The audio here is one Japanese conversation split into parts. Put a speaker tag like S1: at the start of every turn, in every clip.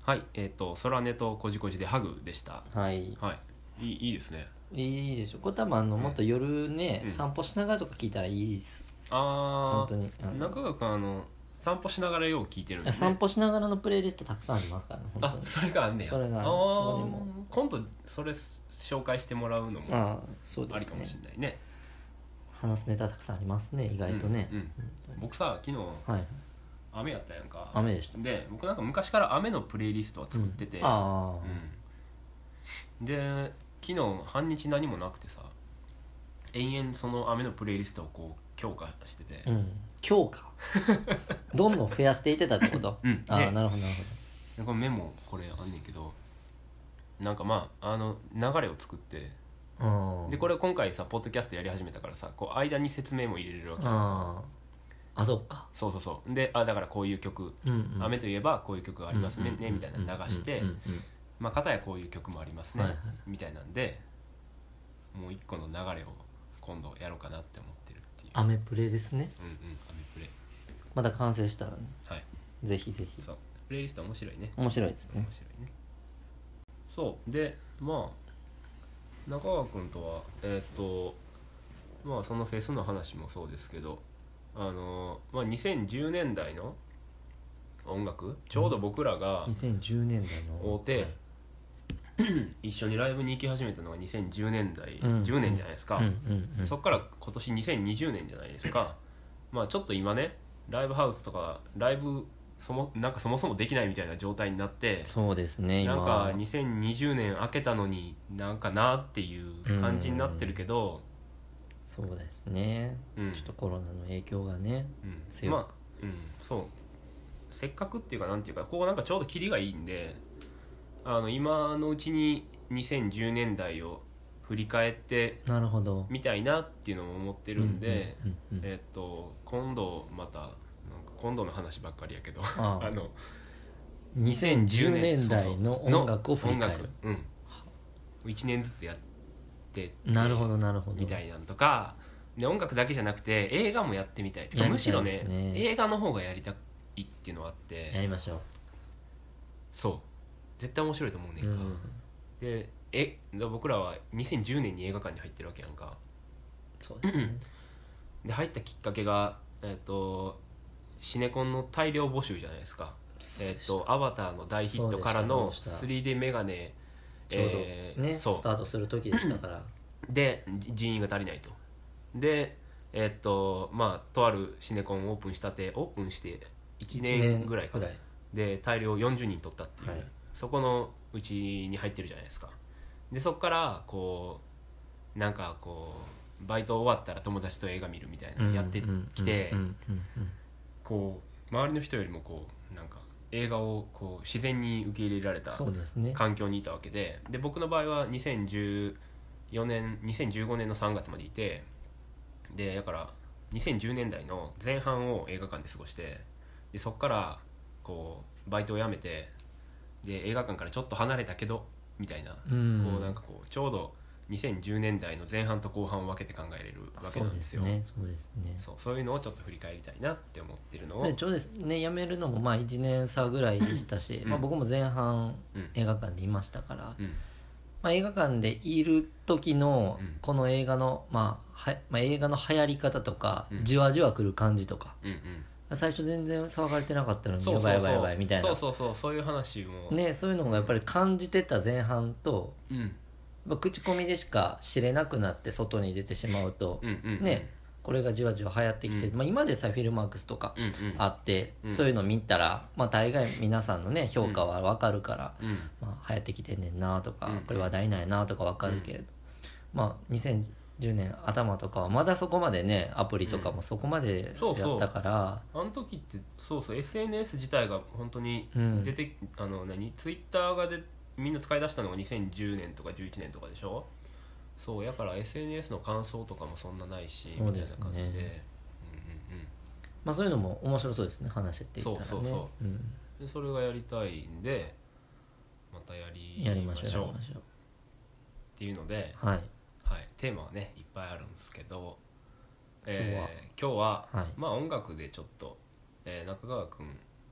S1: はい、空音とこじこじでハグでした。
S2: はい、
S1: はい、いいですね。
S2: いいでしょ。これ多分もっと夜ね、
S1: うん
S2: 散歩しながらとか聞いたらいいです。本
S1: あ
S2: 当に
S1: 中川君散歩しながらよう聞いてるんでね。
S2: 散歩しながらのプレイリストたくさんありますからね。本当に
S1: それがあんねや。
S2: それがある。そこでも
S1: 今度それ紹介してもらうのも
S2: そうですね、
S1: ありかもしれないね。
S2: 話すネタたくさんありますね、意外とね。
S1: 僕さ昨日、
S2: はい、
S1: 雨やったやんか。
S2: 雨でした。
S1: で僕なんか昔から雨のプレイリストを作ってて、で昨日半日何もなくてさ、延々その雨のプレイリストをこう強化してて、
S2: 強化どんどん増やしていってたってこと。なるほどなるほ
S1: ど。このメモこれあんねんけど、なんか流れを作って、でこれ今回さポッドキャストやり始めたからさ、こう間に説明も入れれるわけ。
S2: そっか。
S1: そうでだからこういう曲、雨といえばこういう曲がありますね、みたいなの流して、片やこういう曲もありますね、みたいなんで、もう一個の流れを今度やろうかなって思ってるっていう。
S2: 雨プレですね。
S1: 雨プレ。
S2: まだ完成したらね、ぜひぜひ。
S1: そうプレイリスト面白いね。
S2: 面白いですね。
S1: そうで中川君とはそのフェスの話もそうですけど、2010年代の音楽、ちょうど僕らが
S2: 2010年代の
S1: 会うて、一緒にライブに行き始めたのが2010年代、10年じゃないですか。そっから今年2020年じゃないですか。ちょっと今ねライブハウスとかライブなんかそもそもできないみたいな状態になって、
S2: そうですね、
S1: なんか2020年明けたのになんかなっていう感じになってるけど、
S2: そうですね、ちょっとコロナの影響がね、強い。
S1: そうせっかくっていうかなんていうか、ここなんかちょうどキリがいいんで、今のうちに2010年代を振り返ってみたいなっていうのも思ってるんで、今度また今度の話ばっかりやけど
S2: 2010年代の音楽を振り返る、
S1: 1年ずつやってって、
S2: なるほどなるほど、
S1: みたいなんとかで、音楽だけじゃなくて映画もやってみたいとか、むしろね映画の方がやりたいっていうのがあって、
S2: やりましょう。
S1: そう絶対面白いと思うねんか、で僕らは2010年に映画館に入ってるわけやんか。
S2: そうですね
S1: で入ったきっかけがシネコンの大量募集じゃないですか。アバターの大ヒットからの 3D メガネ、
S2: ちょうどねスタートする時でしたから
S1: で人員が足りないと。でとあるシネコンオープンして1年ぐらいかなで大量40人取ったっていう、そこのうちに入ってるじゃないですか。でそこからこうなんかこうバイト終わったら友達と映画見るみたいなのやってきて、こう周りの人よりもこうなんか映画をこう自然に受け入れられた環境にいたわけで、で僕の場合は2015年の3月までいて、でだから2010年代の前半を映画館で過ごして、でそこからこうバイトを辞めて、で映画館からちょっと離れたけどみたいな、こうなんかこうちょうど2010年代の前半と後半を分けて考えれるわけなんですよ。そういうのをちょっと振り返りたいなって思ってるのを、
S2: ちょうどですね、辞めるのも1年差ぐらいでしたし、僕も前半映画館でいましたから、映画館でいる時のこの映画の映画の流行り方とか、じわじわ来る感じとか、最初全然騒がれてなかったのにやばいやばいやばいみたいな、
S1: そういう話も
S2: ね、そういうのがやっぱり感じてた前半と、口コミでしか知れなくなって外に出てしまうと、ね、これがじわじわ流行ってきて、今でさえフィルマークスとかあって、そういうの見たら、大概皆さんのね評価は分かるから、流行ってきてんねんなとか、これ話題ないなとか分かるけれど、2010年頭とかはまだそこまでね、アプリとかもそこまでやったから、
S1: あの時ってSNS 自体が本当に出て、ツイッターがみんな使い出したのが2010年とか11年とかでしょ。そうやから SNS の感想とかもそんなないし、みたいな感じで、
S2: そういうのも面白そうですね、話していったらね。
S1: でそれがやりたいんで、またやりましょうっていうので、テーマはねいっぱいあるんですけど、今日は音楽でちょっと、中川くん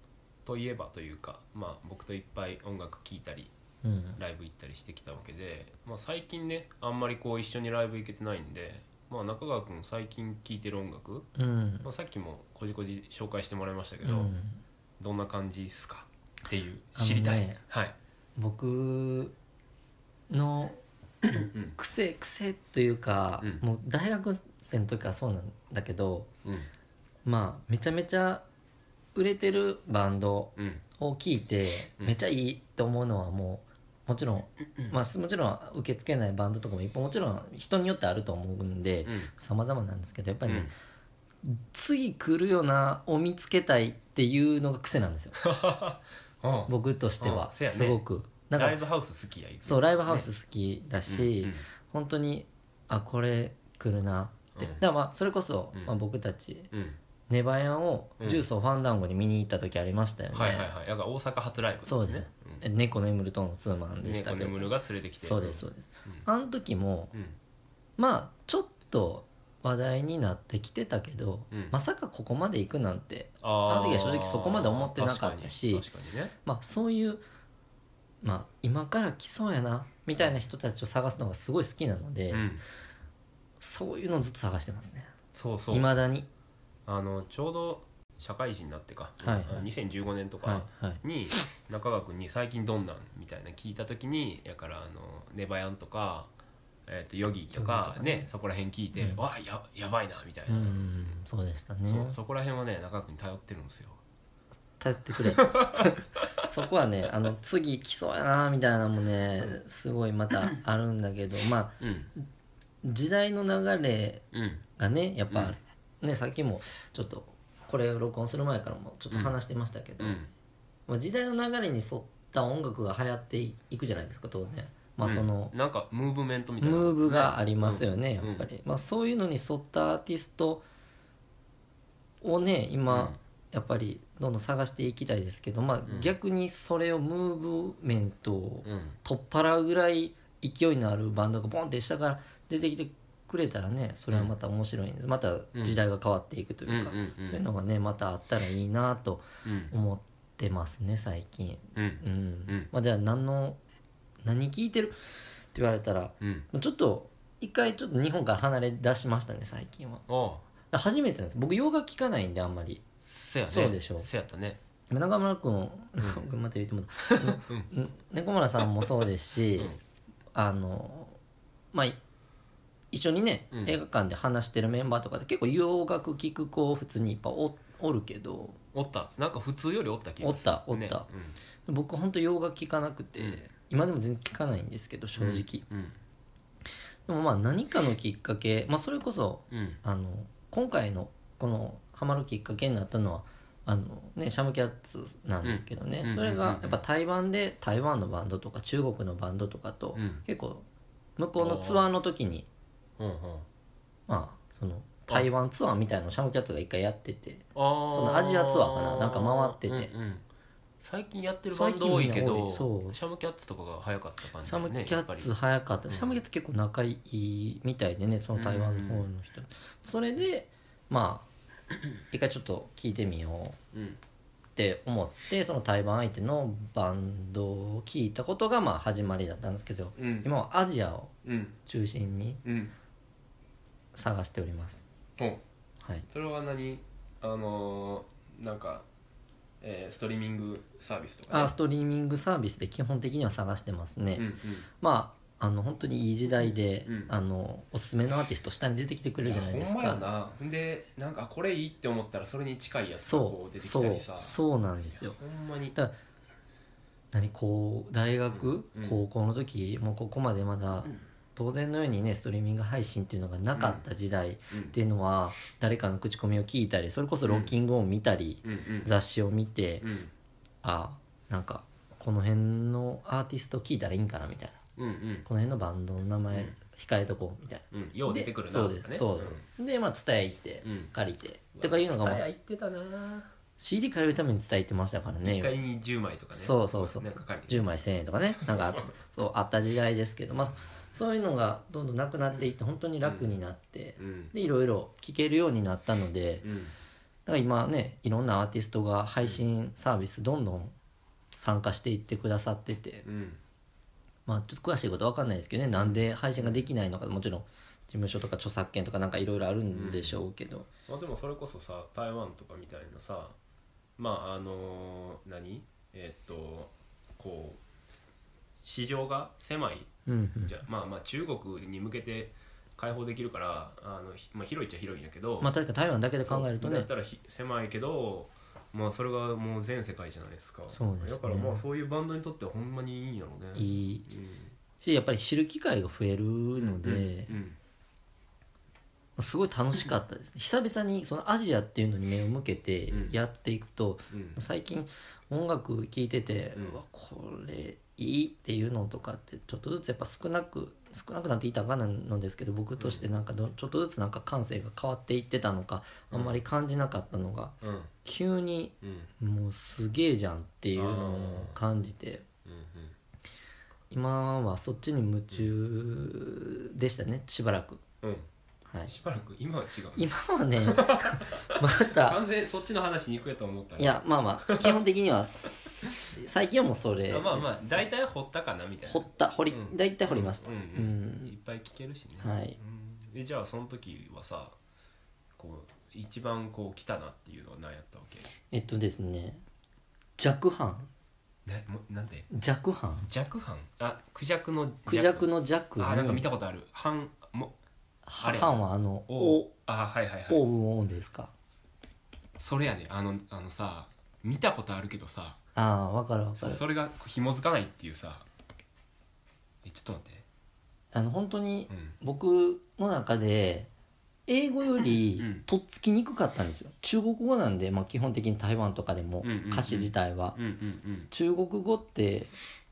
S1: といえばというか、まあ、僕といっぱい音楽聴いたり、ライブ行ったりしてきたわけで、まあ、最近ねあんまりこう一緒にライブ行けてないんで、まあ、中川君最近聴いてる音楽、まあ、さっきもこじこじ紹介してもらいましたけど、どんな感じっすかっていう知りたい、はい、
S2: 僕の癖というか、もう大学生の時からそうなんだけど、まあめちゃめちゃ売れてるバンドを聴いてめっちゃいいと思うのはもちろん、まあ、もちろん受け付けないバンドとかもいっぱいもちろん人によってあると思うんで様々なんですけど、やっぱりね、次来るよなを見つけたいっていうのが癖なんですよ僕としてはすごく。
S1: なんかライブハウス好きや、
S2: そうライブハウス好きだし、本当にこれ来るなって、だからまあそれこそ、まあ、僕たち、ネバヤンをジュースをファンダンゴに見に行った時ありましたよね、
S1: はいはいはい、だから大阪初ライブですね。
S2: そうですね、猫眠るとのツーマンでしたけど、
S1: 猫眠るが連れてきて、
S2: そうですそうです、あの時も、まあちょっと話題になってきてたけど、まさかここまで行くなんてあの時は正直そこまで思ってなかったし、
S1: 確かにね、
S2: まあそういうまあ今から来そうやなみたいな人たちを探すのがすごい好きなので、そういうのをずっと探してますね。
S1: そうそう、
S2: 未だに
S1: ちょうど社会人になってか、
S2: はいはい、
S1: 2015年とかに中川君に最近どんなんみたいな聞いた時に、やからネバヤンとかヨギとかね、そこら辺聞いて、わやばいなみたいな、
S2: そうでしたね。
S1: そこら辺はね中川君に頼ってるんですよ。
S2: 頼ってくれそこはね次来そうやなみたいなのもね、すごいまたあるんだけど、まあ、時代の流れがねやっぱ、ね、さっきもちょっとこれを録音する前からもちょっと話してましたけど、まあ、時代の流れに沿った音楽が流行っていくじゃないですか当然。まあ、その
S1: なんかムーブメントみたいな、
S2: ムーブがありますよね、やっぱり、まあ、そういうのに沿ったアーティストをね今、やっぱりどんどん探していきたいですけど、まあ、逆にそれをムーブメントを取っ払うぐらい勢いのあるバンドがボンって下から出てきてくれたらね、それはまた面白いんです。また時代が変わっていくというか、そういうのがねまたあったらいいなと思ってますね最近。まあ、じゃあ何聞いてるって言われたら、ちょっと一回ちょっと日本から離れ出しましたね最近は。初めてなんです。僕洋楽聞かないんであんまり。
S1: そうでしょう。そうやったね。
S2: 中村君、また言ってもらった猫村さんもそうですし、まあ一緒にね、映画館で話してるメンバーとかで結構洋楽聴く子普通にいっぱい おるけど、
S1: なんか普通よりおった気がする。
S2: おった、僕本当洋楽聴かなくて、今でも全然聴かないんですけど正直、でもまあ何かのきっかけ、まあ、それこそ、今回のこのハマるきっかけになったのはシャムキャッツなんですけどね、それがやっぱ台湾のバンドとか中国のバンドとかと、結構向こうのツアーの時に、まあその台湾ツアーみたいなのをシャムキャッツが一回やってて、そのアジアツアーかなんか回ってて、
S1: 最近やってるバンド多いけどシャムキャッツとかが早かった感じ
S2: だね。シャムキャッツ早かった、シャムキャッツ結構仲いいみたいでね、その台湾の方の人、それでまあ一回ちょっと聞いてみようって思って、その台湾相手のバンドを聞いたことがまあ始まりだったんですけど、今はアジアを中心に探しております。
S1: はい、それはなんかストリーミングサービスとか、ね、
S2: ストリーミングサービスで基本的には探してますね。まあ本当にいい時代で、おすすめのアーティスト下に出てきてくれるじゃないですか。
S1: ほんまやな。でなんかこれいいって思ったらそれに近いやつがこう出てきたりさ。
S2: そうなんですよ。
S1: ほんまに。
S2: だから大学、高校の時もうここまでまだ当然のようにねストリーミング配信っていうのがなかった時代っていうのは、誰かの口コミを聞いたり、それこそロッキングを見たり、雑誌を見て、なんかこの辺のアーティスト聞いたらいいんかなみたいな。この辺のバンドの名前控えとこうみたいな、
S1: よう出てくるなとかね。
S2: そうでまあTSUTAYA行って借りてとかいうのが、
S1: TSUTAYA行ってたな。
S2: CD 借りるためにTSUTAYA行ってましたからね。
S1: 1回に10枚とかね。
S2: そう10枚1000円とかね、なんかそうあった時代ですけど、まあそういうのがどんどんなくなっていって本当に楽になって、でいろいろ聴けるようになったので、 から今ねいろんなアーティストが配信サービスどんどん参加していってくださってて、まあちょっと詳しいことは分かんないですけどね、なんで配信ができないのか、もちろん事務所とか著作権とかなんかいろいろあるんでしょうけど、
S1: まあ、でもそれこそさ台湾とかみたいなさ、まあ何こう市場が狭い、じゃまあ中国に向けて開放できるからまあ、広いっちゃ広いんやけど、
S2: まあ確か台湾だけで考えるとね
S1: だったら狭いけど、まあそれがもう全世界じゃないですか。
S2: そうですね、
S1: だからまあそういうバンドにとってはほんまにいいんやろうね。
S2: いい、しやっぱり知る機会が増えるので、すごい楽しかったですね。久々にそのアジアっていうのに目を向けてやっていくと、最近音楽聴いてて、これいいっていうのとかってちょっとずつやっぱ少なくなっていたかなのですけど、僕としてなんかちょっとずつなんか感性が変わっていってたのか、あんまり感じなかったのが、急にもうすげえじゃんっていうのを感じて、今はそっちに夢中でしたね、しばらく。
S1: はい、しばらく今は違う。
S2: 今はねまた
S1: 完全そっちの話に行くやと思ったら、
S2: いやまあまあ基本的には最近はもうそれ
S1: まあまあ大体掘ったかなみたいな。
S2: 大体掘りました。いっ
S1: ぱい聞けるしね。
S2: はい。
S1: じゃあその時はさ、こう一番こう来たなっていうのは何やったわけ？
S2: ですね、弱犯。
S1: なんで？
S2: 弱犯。
S1: 弱犯？あ、クジャクの
S2: 弱に。
S1: あ、なんか見たことある。犯
S2: 犯は
S1: はいはいはい。
S2: オウンですか。
S1: それやね、さ、見たことあるけどさ、
S2: 分かる分かる。
S1: それが紐づかないっていうさ。ちょっと待って。
S2: 本当に僕の中で英語よりとっつきにくかったんですよ。中国語なんで、まあ、基本的に台湾とかでも歌詞自体は、中国語って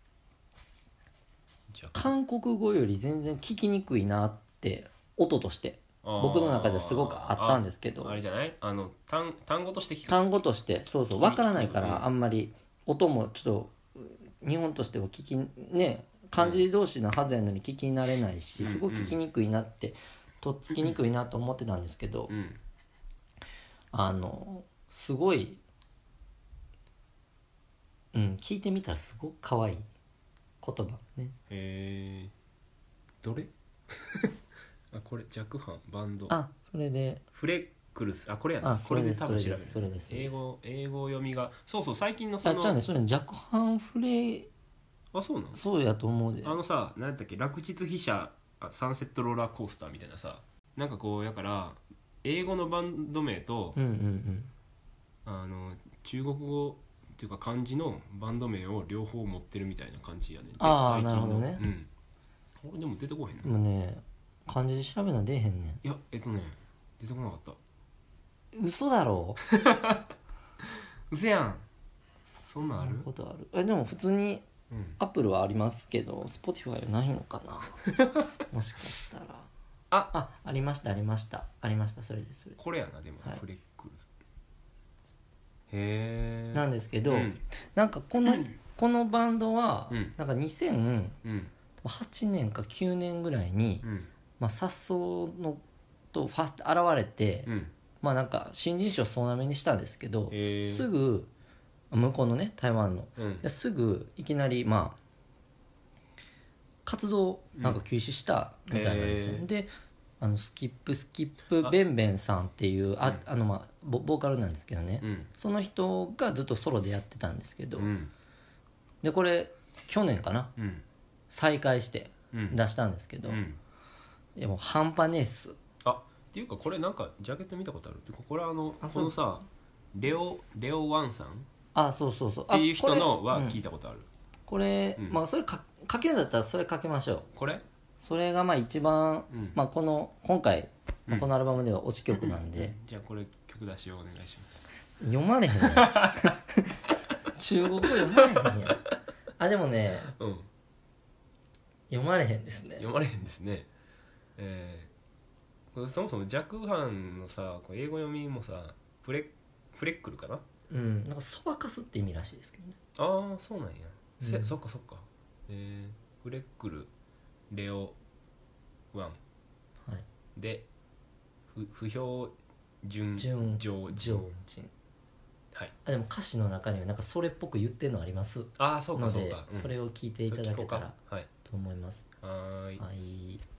S2: 韓国語より全然聞きにくいなって音として僕の中ではすごくあったんですけど、
S1: あれじゃない？単語として聞く。
S2: 単語としてそう分からないから、あんまり音もちょっと日本としては聞きね、漢字同士のはずやのに聞き慣れないし、すごい聞きにくいなって、とっつきにくいなと思ってたんですけど、すごい、聞いてみたらすごく可愛い言葉ね。
S1: どれ？あ、これ弱犯バンド。
S2: それで
S1: フレックルス。これやね。
S2: これで
S1: 多分調べる。
S2: それです。
S1: 英語読みがそう最近の
S2: そのそれ弱犯フレ。
S1: そうなの？
S2: そうやと思うで。
S1: さ、何だっけ、落日飛車サンセットローラーコースターみたいなさ、なんかこうやから英語のバンド名と、中国語っていうか漢字のバンド名を両方持ってるみたいな感じやね。
S2: なるほどね。
S1: でも出てこへん
S2: の。でもね、漢字で調べな出えへんねん。
S1: いや出てこなかった。
S2: 嘘だろ
S1: 嘘やん。そんなんある？
S2: ことある。でも普通にアップルはありますけど、Spotify はないのかなもしかしたら。ありました。それです。
S1: これやな。でも、フレックルへえ。
S2: なんですけど、なんかこのバンドは、なんか2008年か9年ぐらいに、さっそうのとファッと現れて、まあなんか新人賞総なめにしたんですけど、すぐ向こうのね台湾の、すぐいきなりまあ活動なんか休止したみたいなんですよ。でスキップベンベンさんっていうまあボーカルなんですけどね、その人がずっとソロでやってたんですけど、でこれ去年かな、再開して出したんですけど、でも半端ねえっす。
S1: っていうかこれなんかジャケット見たことある。これこのさレオワンさん、
S2: そう
S1: っていう人のは聞いたことある。
S2: これ、まあそれ書けるんだったらそれ書けましょう。
S1: そ
S2: れがまあ一番、まあ今回、このアルバムでは推し曲なんで、
S1: じゃあこれ曲出しをお願いします。
S2: 読まれへんや中国語読まれへんやでもね、読まれへんですね。
S1: そもそも弱犯のさ英語読みもさフレックルかな。
S2: なんかそばかすって意味らしいですけどね。
S1: そうなんや。そっかフレックルレオワン、で不評純
S2: 純
S1: 情
S2: 情
S1: 人。
S2: 人。
S1: はい。
S2: でも歌詞の中にはなんかそれっぽく言ってるのあります
S1: ああそうか
S2: ので、
S1: そうか、
S2: それを聞いていただけたら
S1: はい
S2: と思います。
S1: はーい。
S2: はい。